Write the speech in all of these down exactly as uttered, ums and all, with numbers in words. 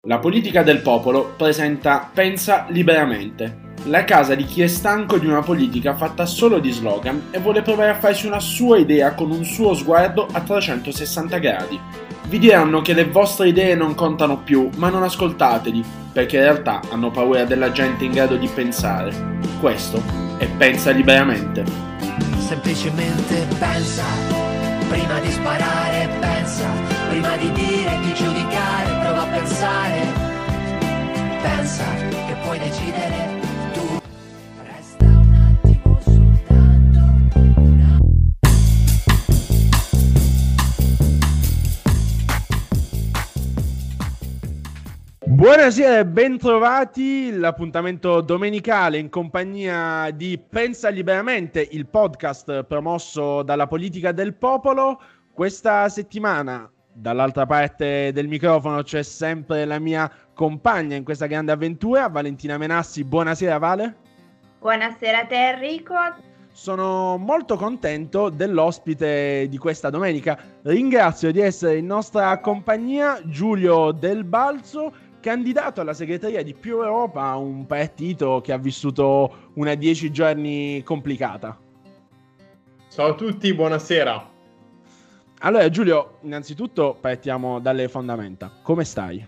La politica del popolo presenta Pensa liberamente, la casa di chi è stanco di una politica fatta solo di slogan e vuole provare a farsi una sua idea con un suo sguardo a trecentosessanta gradi. Vi diranno che le vostre idee non contano più, ma non ascoltateli, perché in realtà hanno paura della gente in grado di pensare. Questo è Pensa liberamente. Semplicemente pensa, prima di sparare pensa, prima di dire, di giudicare, prova a pensare, pensa che puoi decidere tu, resta un attimo soltanto una... Buonasera e bentrovati, l'appuntamento domenicale in compagnia di Pensa Liberamente, il podcast promosso dalla politica del popolo. Questa settimana dall'altra parte del microfono c'è sempre la mia compagna in questa grande avventura, Valentina Menassi. Buonasera Vale. Buonasera a te Enrico. Sono molto contento dell'ospite di questa domenica. Ringrazio di essere in nostra compagnia Giulio Del Balzo, candidato alla segreteria di Più Europa, un partito che ha vissuto una dieci giorni complicata. Ciao a tutti, buonasera. Allora Giulio, innanzitutto partiamo dalle fondamenta. Come stai?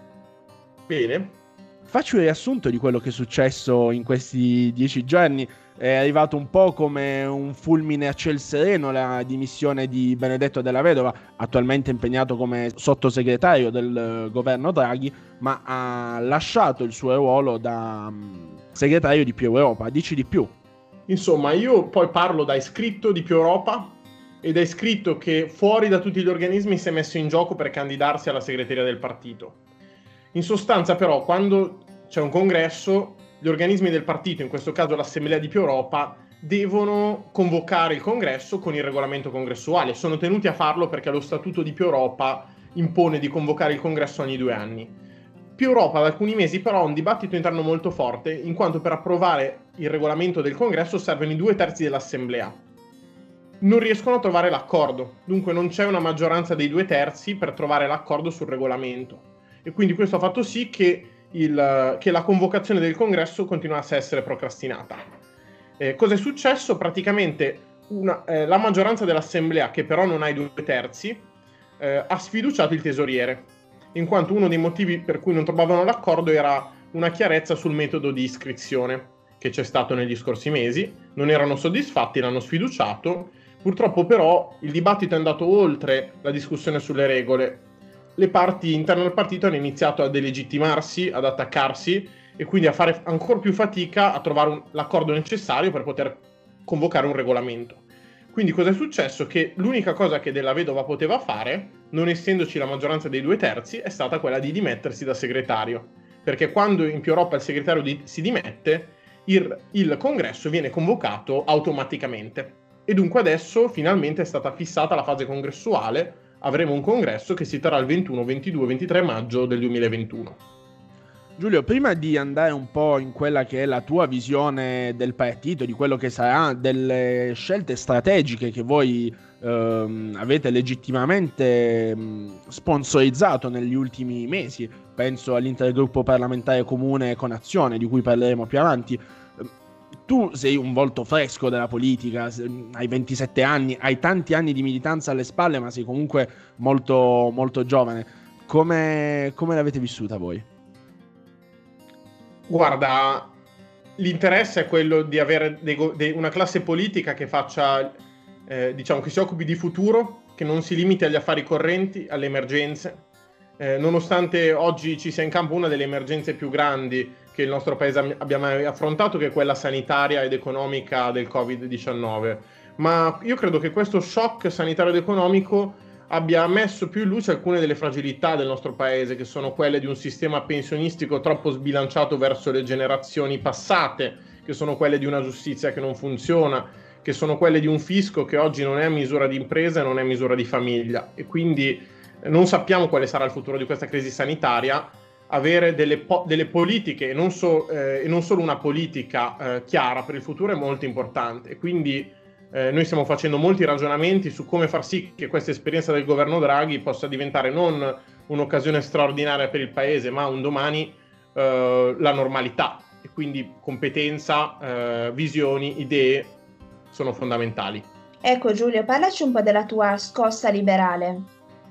Bene. Faccio il riassunto di quello che è successo in questi dieci giorni. È arrivato un po' come un fulmine a ciel sereno la dimissione di Benedetto Della Vedova, attualmente impegnato come sottosegretario del governo Draghi, ma ha lasciato il suo ruolo da um, segretario di Più Europa. Dici di più? Insomma, io poi parlo da iscritto di Più Europa ed è scritto che fuori da tutti gli organismi si è messo in gioco per candidarsi alla segreteria del partito. In sostanza però, quando c'è un congresso, gli organismi del partito, in questo caso l'Assemblea di Più Europa, devono convocare il congresso con il regolamento congressuale. Sono tenuti a farlo perché lo statuto di Più Europa impone di convocare il congresso ogni due anni. Più Europa da alcuni mesi però ha un dibattito interno molto forte, in quanto per approvare il regolamento del congresso servono i due terzi dell'Assemblea. Non riescono a trovare l'accordo, dunque non c'è una maggioranza dei due terzi per trovare l'accordo sul regolamento. E quindi questo ha fatto sì che, il, che la convocazione del congresso continuasse a essere procrastinata. Eh, cosa è successo? Praticamente una, eh, la maggioranza dell'assemblea, che però non ha i due terzi, eh, ha sfiduciato il tesoriere, in quanto uno dei motivi per cui non trovavano l'accordo era una chiarezza sul metodo di iscrizione che c'è stato negli scorsi mesi. Non erano soddisfatti, l'hanno sfiduciato. Purtroppo però il dibattito è andato oltre la discussione sulle regole. Le parti interne al partito hanno iniziato a delegittimarsi, ad attaccarsi e quindi a fare ancora più fatica a trovare un, l'accordo necessario per poter convocare un regolamento. Quindi cosa è successo? Che l'unica cosa che Della Vedova poteva fare, non essendoci la maggioranza dei due terzi, è stata quella di dimettersi da segretario. Perché quando in Più Europa il segretario di, si dimette, il, il congresso viene convocato automaticamente. E dunque adesso finalmente è stata fissata la fase congressuale. Avremo un congresso che si terrà il ventuno, ventidue, ventitré maggio del duemilaventuno. Giulio, prima di andare un po' in quella che è la tua visione del partito, di quello che sarà, delle scelte strategiche che voi ehm, avete legittimamente ehm, sponsorizzato negli ultimi mesi, penso all'intergruppo parlamentare comune con Azione, di cui parleremo più avanti. Tu sei un volto fresco della politica, hai ventisette anni, hai tanti anni di militanza alle spalle, ma sei comunque molto, molto giovane. Come, come l'avete vissuta voi? Guarda, l'interesse è quello di avere dei, dei, una classe politica che faccia, eh, diciamo, che si occupi di futuro, che non si limiti agli affari correnti, alle emergenze. Eh, nonostante oggi ci sia in campo una delle emergenze più grandi che il nostro paese abbia mai affrontato, che è quella sanitaria ed economica del covid diciannove. Ma io credo che questo shock sanitario ed economico abbia messo più in luce alcune delle fragilità del nostro paese, che sono quelle di un sistema pensionistico troppo sbilanciato verso le generazioni passate, che sono quelle di una giustizia che non funziona, che sono quelle di un fisco che oggi non è a misura di impresa e non è a misura di famiglia. E quindi non sappiamo quale sarà il futuro di questa crisi sanitaria. Avere delle, po- delle politiche e non, so, eh, e non solo una politica eh, chiara per il futuro è molto importante. E quindi eh, noi stiamo facendo molti ragionamenti su come far sì che questa esperienza del governo Draghi possa diventare non un'occasione straordinaria per il paese, ma un domani eh, la normalità, e quindi competenza, eh, visioni, idee sono fondamentali. Ecco Giulio, parlaci un po' della tua scossa liberale.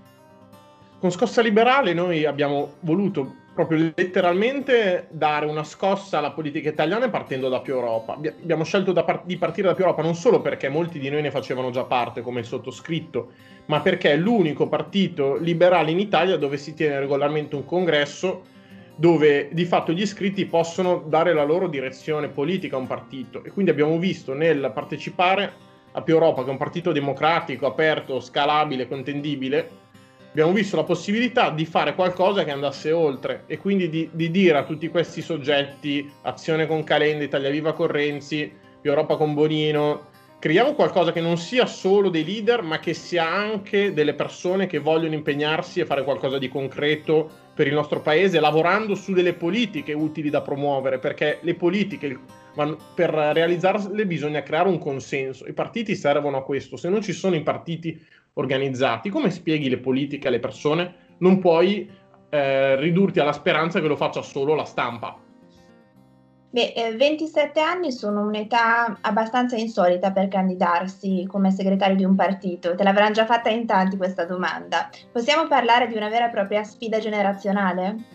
Con Scossa Liberale noi abbiamo voluto proprio letteralmente dare una scossa alla politica italiana partendo da Più Europa. Abbiamo scelto da par- di partire da Più Europa non solo perché molti di noi ne facevano già parte, come il sottoscritto, ma perché è l'unico partito liberale in Italia dove si tiene regolarmente un congresso dove di fatto gli iscritti possono dare la loro direzione politica a un partito. E quindi abbiamo visto nel partecipare a Più Europa, che è un partito democratico, aperto, scalabile, contendibile, abbiamo visto la possibilità di fare qualcosa che andasse oltre, e quindi di, di dire a tutti questi soggetti, Azione con Calenda, Italia Viva con Renzi, Più Europa con Bonino, creiamo qualcosa che non sia solo dei leader, ma che sia anche delle persone che vogliono impegnarsi e fare qualcosa di concreto per il nostro paese, lavorando su delle politiche utili da promuovere, perché le politiche, per realizzarle bisogna creare un consenso. I partiti servono a questo. Se non ci sono i partiti organizzati, come spieghi le politiche alle persone? Non puoi eh, ridurti alla speranza che lo faccia solo la stampa. Beh, eh, ventisette anni sono un'età abbastanza insolita per candidarsi come segretario di un partito. Te l'avranno già fatta in tanti questa domanda. Possiamo parlare di una vera e propria sfida generazionale?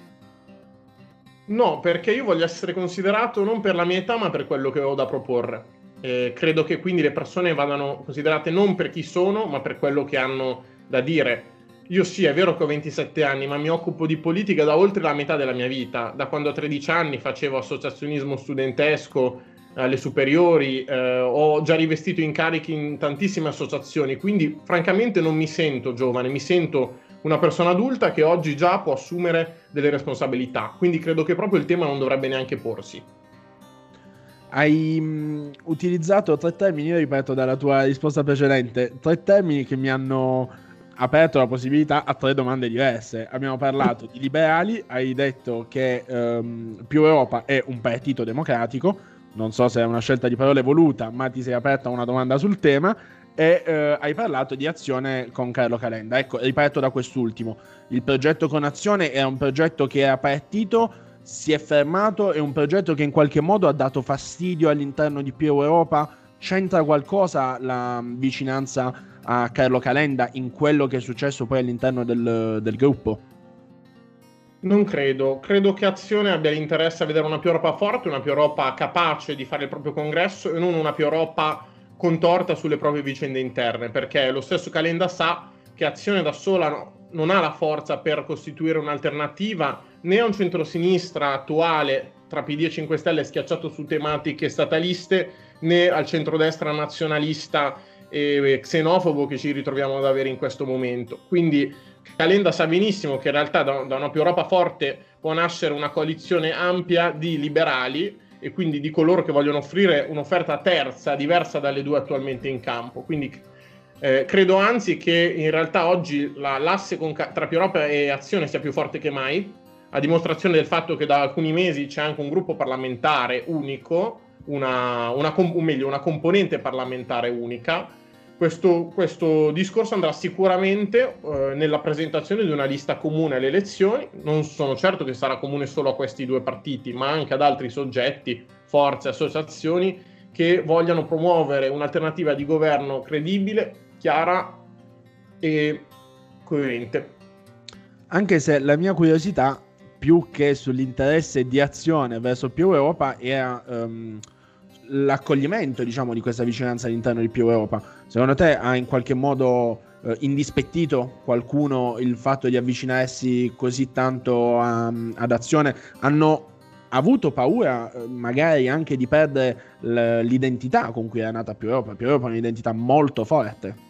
No, perché io voglio essere considerato non per la mia età, ma per quello che ho da proporre. Eh, credo che quindi le persone vadano considerate non per chi sono, ma per quello che hanno da dire. Io sì, è vero che ho ventisette anni, ma mi occupo di politica da oltre la metà della mia vita. Da quando a tredici anni facevo associazionismo studentesco alle superiori, eh, ho già rivestito incarichi in tantissime associazioni, quindi francamente non mi sento giovane, mi sento una persona adulta che oggi già può assumere delle responsabilità. Quindi credo che proprio il tema non dovrebbe neanche porsi. Hai mh, utilizzato tre termini, io ripeto dalla tua risposta precedente, tre termini che mi hanno aperto la possibilità a tre domande diverse. Abbiamo parlato di liberali, hai detto che ehm, Più Europa è un partito democratico, non so se è una scelta di parole voluta, ma ti sei aperta a una domanda sul tema, e eh, hai parlato di Azione con Carlo Calenda. Ecco, riparto da quest'ultimo. Il progetto con Azione è un progetto che era partito, si è fermato, è un progetto che in qualche modo ha dato fastidio all'interno di Più Europa? C'entra qualcosa la vicinanza a Carlo Calenda in quello che è successo poi all'interno del, del gruppo? Non credo, credo che Azione abbia l'interesse a vedere una Più Europa forte, una Più Europa capace di fare il proprio congresso e non una Più Europa contorta sulle proprie vicende interne, perché lo stesso Calenda sa che Azione da sola no, non ha la forza per costituire un'alternativa né a un centrosinistra attuale tra P D e cinque Stelle schiacciato su tematiche stataliste, né al centrodestra nazionalista e xenofobo che ci ritroviamo ad avere in questo momento. Quindi Calenda sa benissimo che in realtà da, da una Più Europa forte può nascere una coalizione ampia di liberali e quindi di coloro che vogliono offrire un'offerta terza, diversa dalle due attualmente in campo. Quindi eh, credo anzi che in realtà oggi la, l'asse con, tra Più Europa e Azione sia più forte che mai, a dimostrazione del fatto che da alcuni mesi c'è anche un gruppo parlamentare unico, una, una, o meglio, una componente parlamentare unica. Questo, questo discorso andrà sicuramente eh, nella presentazione di una lista comune alle elezioni. Non sono certo che sarà comune solo a questi due partiti, ma anche ad altri soggetti, forze, associazioni che vogliano promuovere un'alternativa di governo credibile, chiara e coerente. Anche se la mia curiosità, più che sull'interesse di Azione verso Più Europa, era um, l'accoglimento, diciamo, di questa vicinanza all'interno di Più Europa. Secondo te ha in qualche modo eh, indispettito qualcuno il fatto di avvicinarsi così tanto a, ad Azione? Hanno avuto paura eh, magari anche di perdere l- l'identità con cui era nata Più Europa? Più Europa è un'identità molto forte.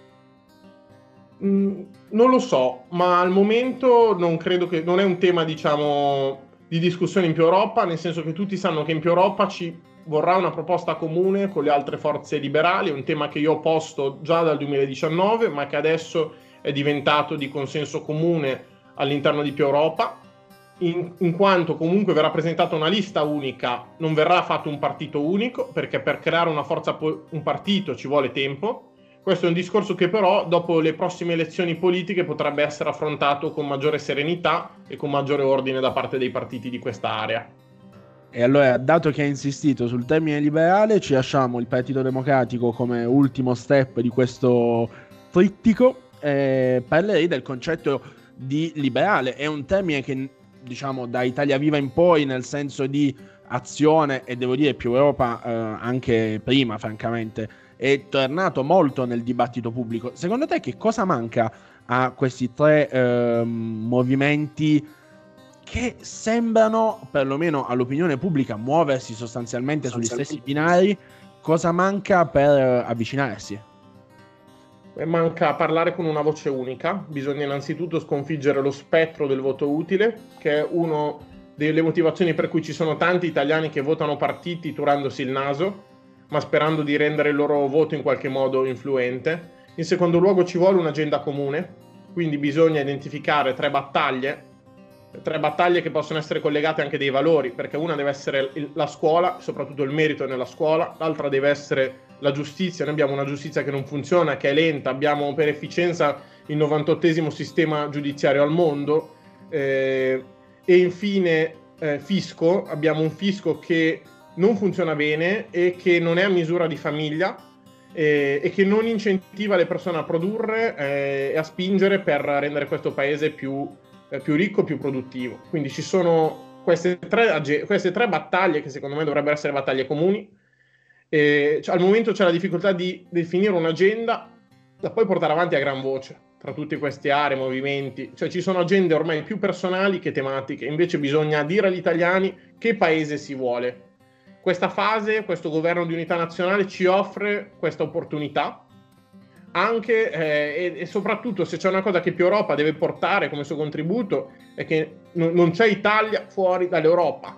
Mm, non lo so, ma al momento non credo che non è un tema, diciamo, di discussione in Più Europa, nel senso che tutti sanno che in Più Europa ci vorrà una proposta comune con le altre forze liberali. È un tema che io ho posto già dal duemiladiciannove, ma che adesso è diventato di consenso comune all'interno di Più Europa, in, in quanto comunque verrà presentata una lista unica, non verrà fatto un partito unico, perché per creare una forza, un partito ci vuole tempo. Questo è un discorso che però dopo le prossime elezioni politiche potrebbe essere affrontato con maggiore serenità e con maggiore ordine da parte dei partiti di questa area. E allora, dato che ha insistito sul termine liberale, ci lasciamo il Partito Democratico come ultimo step di questo trittico. Eh, parlerei del concetto di liberale. È un termine che, diciamo, da Italia Viva in poi, nel senso di azione, e devo dire più Europa eh, anche prima, francamente, è tornato molto nel dibattito pubblico. Secondo te che cosa manca a questi tre eh, movimenti che sembrano, perlomeno all'opinione pubblica, muoversi sostanzialmente sugli stessi binari? Cosa manca per eh, avvicinarsi? Manca parlare con una voce unica. Bisogna innanzitutto sconfiggere lo spettro del voto utile, che è una delle motivazioni per cui ci sono tanti italiani che votano partiti turandosi il naso, ma sperando di rendere il loro voto in qualche modo influente. In secondo luogo ci vuole un'agenda comune, quindi bisogna identificare tre battaglie, tre battaglie che possono essere collegate anche dei valori, perché una deve essere la scuola, soprattutto il merito nella scuola, l'altra deve essere la giustizia. Noi abbiamo una giustizia che non funziona, che è lenta, abbiamo per efficienza il novantottesimo sistema giudiziario al mondo, eh, e infine eh, fisco, abbiamo un fisco che non funziona bene e che non è a misura di famiglia eh, e che non incentiva le persone a produrre eh, e a spingere per rendere questo paese più, eh, più ricco, più produttivo. Quindi ci sono queste tre, queste tre battaglie che secondo me dovrebbero essere battaglie comuni. Eh, cioè, al momento c'è la difficoltà di definire un'agenda da poi portare avanti a gran voce tra tutte queste aree, movimenti. Cioè ci sono agende ormai più personali che tematiche, invece bisogna dire agli italiani che paese si vuole. Questa fase, questo governo di unità nazionale ci offre questa opportunità, anche eh, e, e soprattutto se c'è una cosa che più Europa deve portare come suo contributo è che n- non c'è Italia fuori dall'Europa.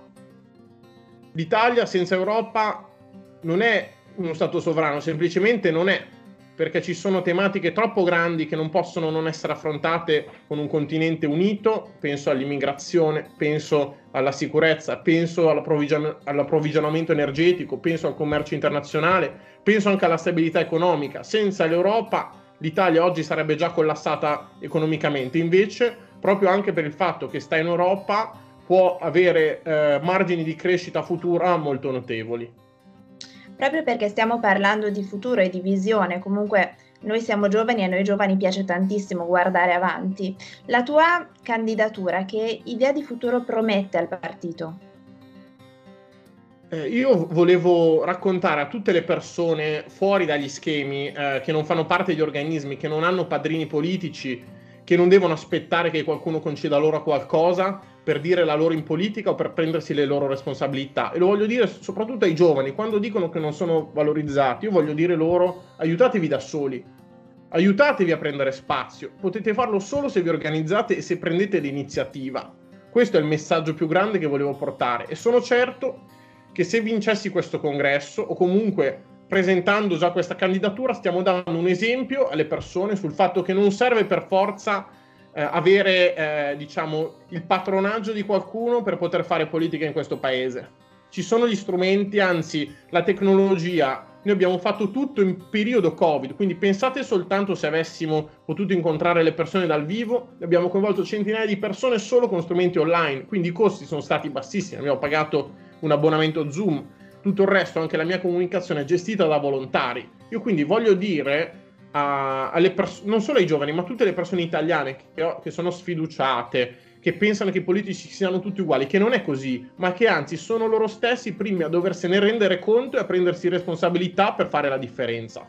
L'Italia senza Europa non è uno stato sovrano, semplicemente non è, perché ci sono tematiche troppo grandi che non possono non essere affrontate con un continente unito. Penso all'immigrazione, penso alla sicurezza, penso all'approvvigion- all'approvvigionamento energetico, penso al commercio internazionale, penso anche alla stabilità economica. Senza l'Europa l'Italia oggi sarebbe già collassata economicamente, invece proprio anche per il fatto che sta in Europa può avere eh, margini di crescita futura molto notevoli. Proprio perché stiamo parlando di futuro e di visione, comunque noi siamo giovani e a noi giovani piace tantissimo guardare avanti. La tua candidatura, che idea di futuro promette al partito? Eh, io volevo raccontare a tutte le persone fuori dagli schemi, eh, che non fanno parte di organismi, che non hanno padrini politici, che non devono aspettare che qualcuno conceda loro qualcosa per dire la loro in politica o per prendersi le loro responsabilità. E lo voglio dire soprattutto ai giovani, quando dicono che non sono valorizzati, io voglio dire loro: aiutatevi da soli, aiutatevi a prendere spazio, potete farlo solo se vi organizzate e se prendete l'iniziativa. Questo è il messaggio più grande che volevo portare, e sono certo che se vincessi questo congresso, o comunque presentando già questa candidatura, stiamo dando un esempio alle persone sul fatto che non serve per forza eh, avere eh, diciamo il patronaggio di qualcuno per poter fare politica in questo paese. Ci sono gli strumenti, anzi la tecnologia. Noi abbiamo fatto tutto in periodo Covid, quindi pensate soltanto se avessimo potuto incontrare le persone dal vivo. Abbiamo coinvolto centinaia di persone solo con strumenti online, quindi i costi sono stati bassissimi, abbiamo pagato un abbonamento Zoom. Tutto il resto, anche la mia comunicazione, è gestita da volontari. Io quindi voglio dire a, alle pers- non solo ai giovani, ma a tutte le persone italiane che, che sono sfiduciate, che pensano che i politici siano tutti uguali, che non è così, ma che anzi sono loro stessi i primi a doversene rendere conto e a prendersi responsabilità per fare la differenza.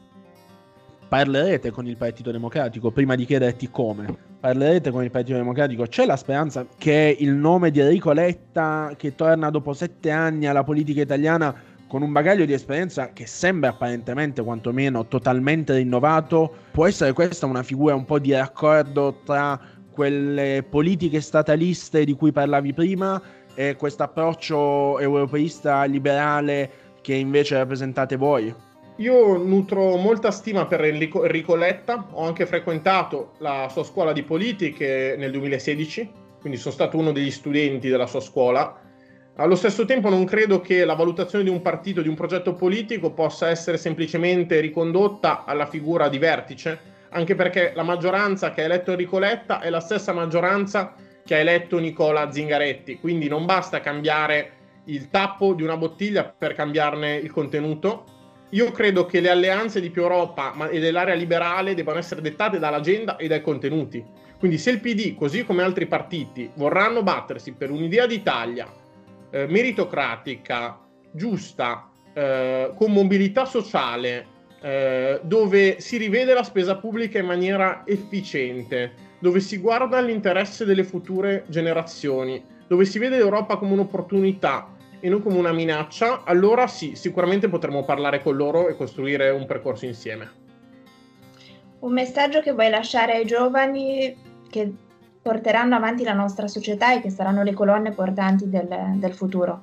Parlerete con il Partito Democratico? Prima di chiederti come, parlerete con il Partito Democratico? C'è la speranza che il nome di Enrico Letta, che torna dopo sette anni alla politica italiana con un bagaglio di esperienza che sembra apparentemente quantomeno totalmente rinnovato, può essere questa una figura un po' di raccordo tra quelle politiche stataliste di cui parlavi prima e questo approccio europeista liberale che invece rappresentate voi? Io nutro molta stima per Enrico, Enrico Letta, ho anche frequentato la sua scuola di politiche nel duemilasedici, quindi sono stato uno degli studenti della sua scuola. Allo stesso tempo non credo che la valutazione di un partito, di un progetto politico, possa essere semplicemente ricondotta alla figura di vertice, anche perché la maggioranza che ha eletto Enrico Letta è la stessa maggioranza che ha eletto Nicola Zingaretti, quindi non basta cambiare il tappo di una bottiglia per cambiarne il contenuto. Io credo che le alleanze di Più Europa e dell'area liberale debbano essere dettate dall'agenda e dai contenuti. Quindi se il P D, così come altri partiti, vorranno battersi per un'idea d'Italia Eh, meritocratica, giusta, eh, con mobilità sociale, eh, dove si rivede la spesa pubblica in maniera efficiente, dove si guarda all'interesse delle future generazioni, dove si vede l'Europa come un'opportunità e non come una minaccia, allora sì, sicuramente potremo parlare con loro e costruire un percorso insieme. Un messaggio che vuoi lasciare ai giovani che porteranno avanti la nostra società e che saranno le colonne portanti del, del futuro?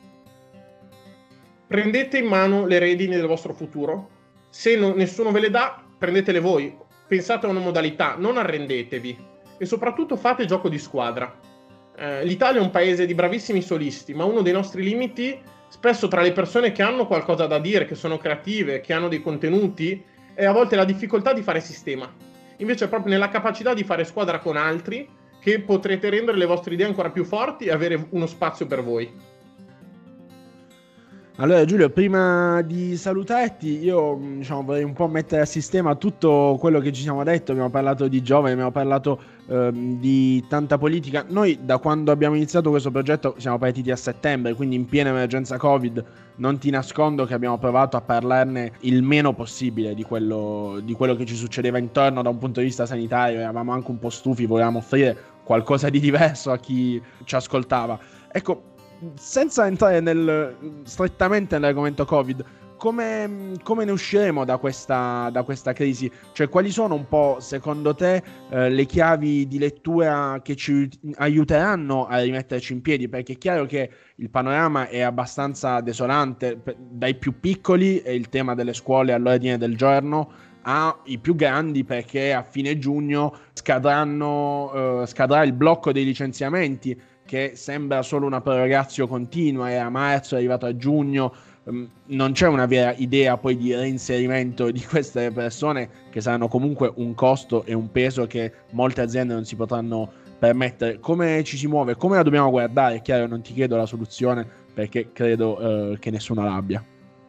Prendete in mano le redini del vostro futuro. Se no, nessuno ve le dà, prendetele voi. Pensate a una modalità, non arrendetevi e soprattutto fate gioco di squadra. Eh, L'Italia è un paese di bravissimi solisti, ma uno dei nostri limiti, spesso tra le persone che hanno qualcosa da dire, che sono creative, che hanno dei contenuti, è a volte la difficoltà di fare sistema. Invece è proprio nella capacità di fare squadra con altri che potrete rendere le vostre idee ancora più forti e avere uno spazio per voi. Allora Giulio, prima di salutarti, io diciamo, vorrei un po' mettere a sistema tutto quello che ci siamo detto. Abbiamo parlato di giovani, abbiamo parlato ehm, di tanta politica. Noi da quando abbiamo iniziato questo progetto siamo partiti a settembre, quindi in piena emergenza Covid. Non ti nascondo che abbiamo provato a parlarne il meno possibile di quello, di quello che ci succedeva intorno da un punto di vista sanitario. Eravamo anche un po' stufi, volevamo offrire qualcosa di diverso a chi ci ascoltava. Ecco, senza entrare nel, strettamente nell'argomento Covid, come, come ne usciremo da questa, da questa crisi? Cioè, quali sono un po', secondo te, eh, le chiavi di lettura che ci aiuteranno a rimetterci in piedi? Perché è chiaro che il panorama è abbastanza desolante, dai più piccoli, e il tema delle scuole all'ordine del giorno, ai più grandi, perché a fine giugno scadranno, eh, scadrà il blocco dei licenziamenti, che sembra solo una prorogatio continua, è a marzo, è arrivato a giugno, um, non c'è una vera idea poi di reinserimento di queste persone, che saranno comunque un costo e un peso che molte aziende non si potranno permettere. Come ci si muove? Come la dobbiamo guardare? È chiaro, non ti chiedo la soluzione, perché credo uh, che nessuno l'abbia.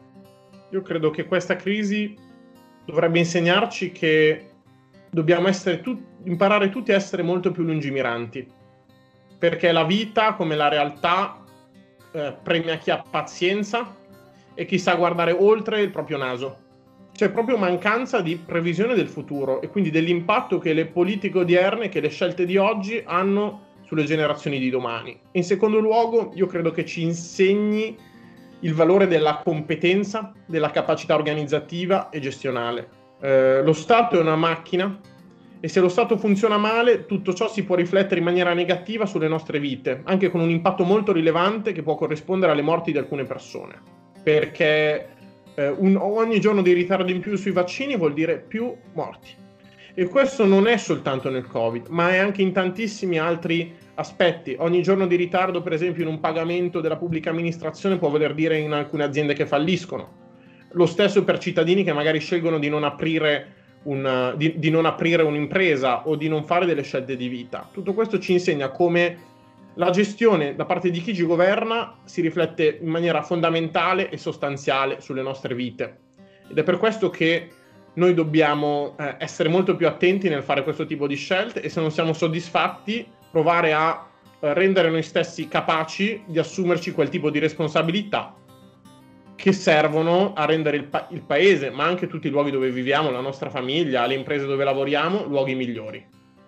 Io credo che questa crisi dovrebbe insegnarci che dobbiamo essere tu- imparare tutti a essere molto più lungimiranti, perché la vita, come la realtà, eh, premia chi ha pazienza e chi sa guardare oltre il proprio naso. C'è proprio mancanza di previsione del futuro e quindi dell'impatto che le politiche odierne, che le scelte di oggi hanno sulle generazioni di domani. In secondo luogo, io credo che ci insegni il valore della competenza, della capacità organizzativa e gestionale. Eh, lo Stato è una macchina, e se lo Stato funziona male, tutto ciò si può riflettere in maniera negativa sulle nostre vite, anche con un impatto molto rilevante che può corrispondere alle morti di alcune persone. Perché eh, un, ogni giorno di ritardo in più sui vaccini vuol dire più morti. E questo non è soltanto nel Covid, ma è anche in tantissimi altri aspetti. Ogni giorno di ritardo, per esempio, in un pagamento della pubblica amministrazione può voler dire in alcune aziende che falliscono. Lo stesso per cittadini che magari scelgono di non aprire Un, di, di non aprire un'impresa o di non fare delle scelte di vita. Tutto questo ci insegna come la gestione da parte di chi ci governa si riflette in maniera fondamentale e sostanziale sulle nostre vite. Ed è per questo che noi dobbiamo eh, essere molto più attenti nel fare questo tipo di scelte e, se non siamo soddisfatti, provare a eh, rendere noi stessi capaci di assumerci quel tipo di responsabilità che servono a rendere il, pa- il paese, ma anche tutti i luoghi dove viviamo, la nostra famiglia, le imprese dove lavoriamo, luoghi migliori.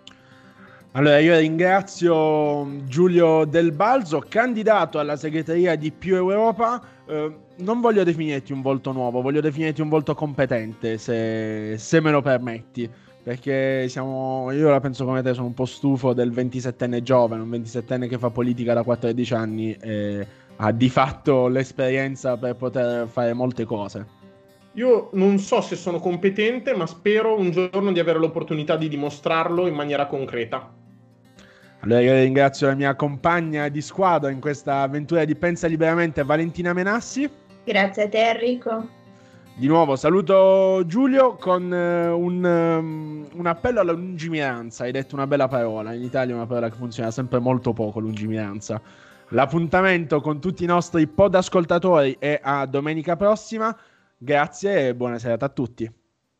Allora, io ringrazio Giulio Del Balzo, candidato alla segreteria di Più Europa. Eh, non voglio definirti un volto nuovo, voglio definirti un volto competente, se, se me lo permetti, perché siamo, io la penso come te, sono un po' stufo del ventisettenne giovane, un ventisettenne che fa politica da quattordici anni e ha di fatto l'esperienza per poter fare molte cose. Io non so se sono competente, ma spero un giorno di avere l'opportunità di dimostrarlo in maniera concreta. Allora io ringrazio la mia compagna di squadra in questa avventura di Pensa Liberamente, Valentina Menassi. Grazie a te Enrico. Di nuovo saluto Giulio con uh, un, um, un appello alla lungimiranza. Hai detto una bella parola, in Italia è una parola che funziona sempre molto poco, lungimiranza. L'appuntamento con tutti i nostri pod ascoltatori è a domenica prossima. Grazie e buona serata a tutti.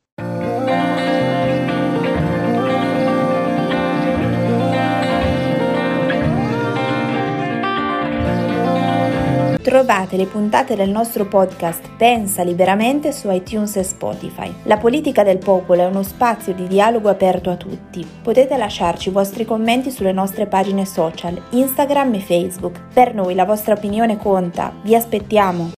Trovate le puntate del nostro podcast Pensa Liberamente su iTunes e Spotify. La politica del popolo è uno spazio di dialogo aperto a tutti. Potete lasciarci i vostri commenti sulle nostre pagine social, Instagram e Facebook. Per noi la vostra opinione conta. Vi aspettiamo!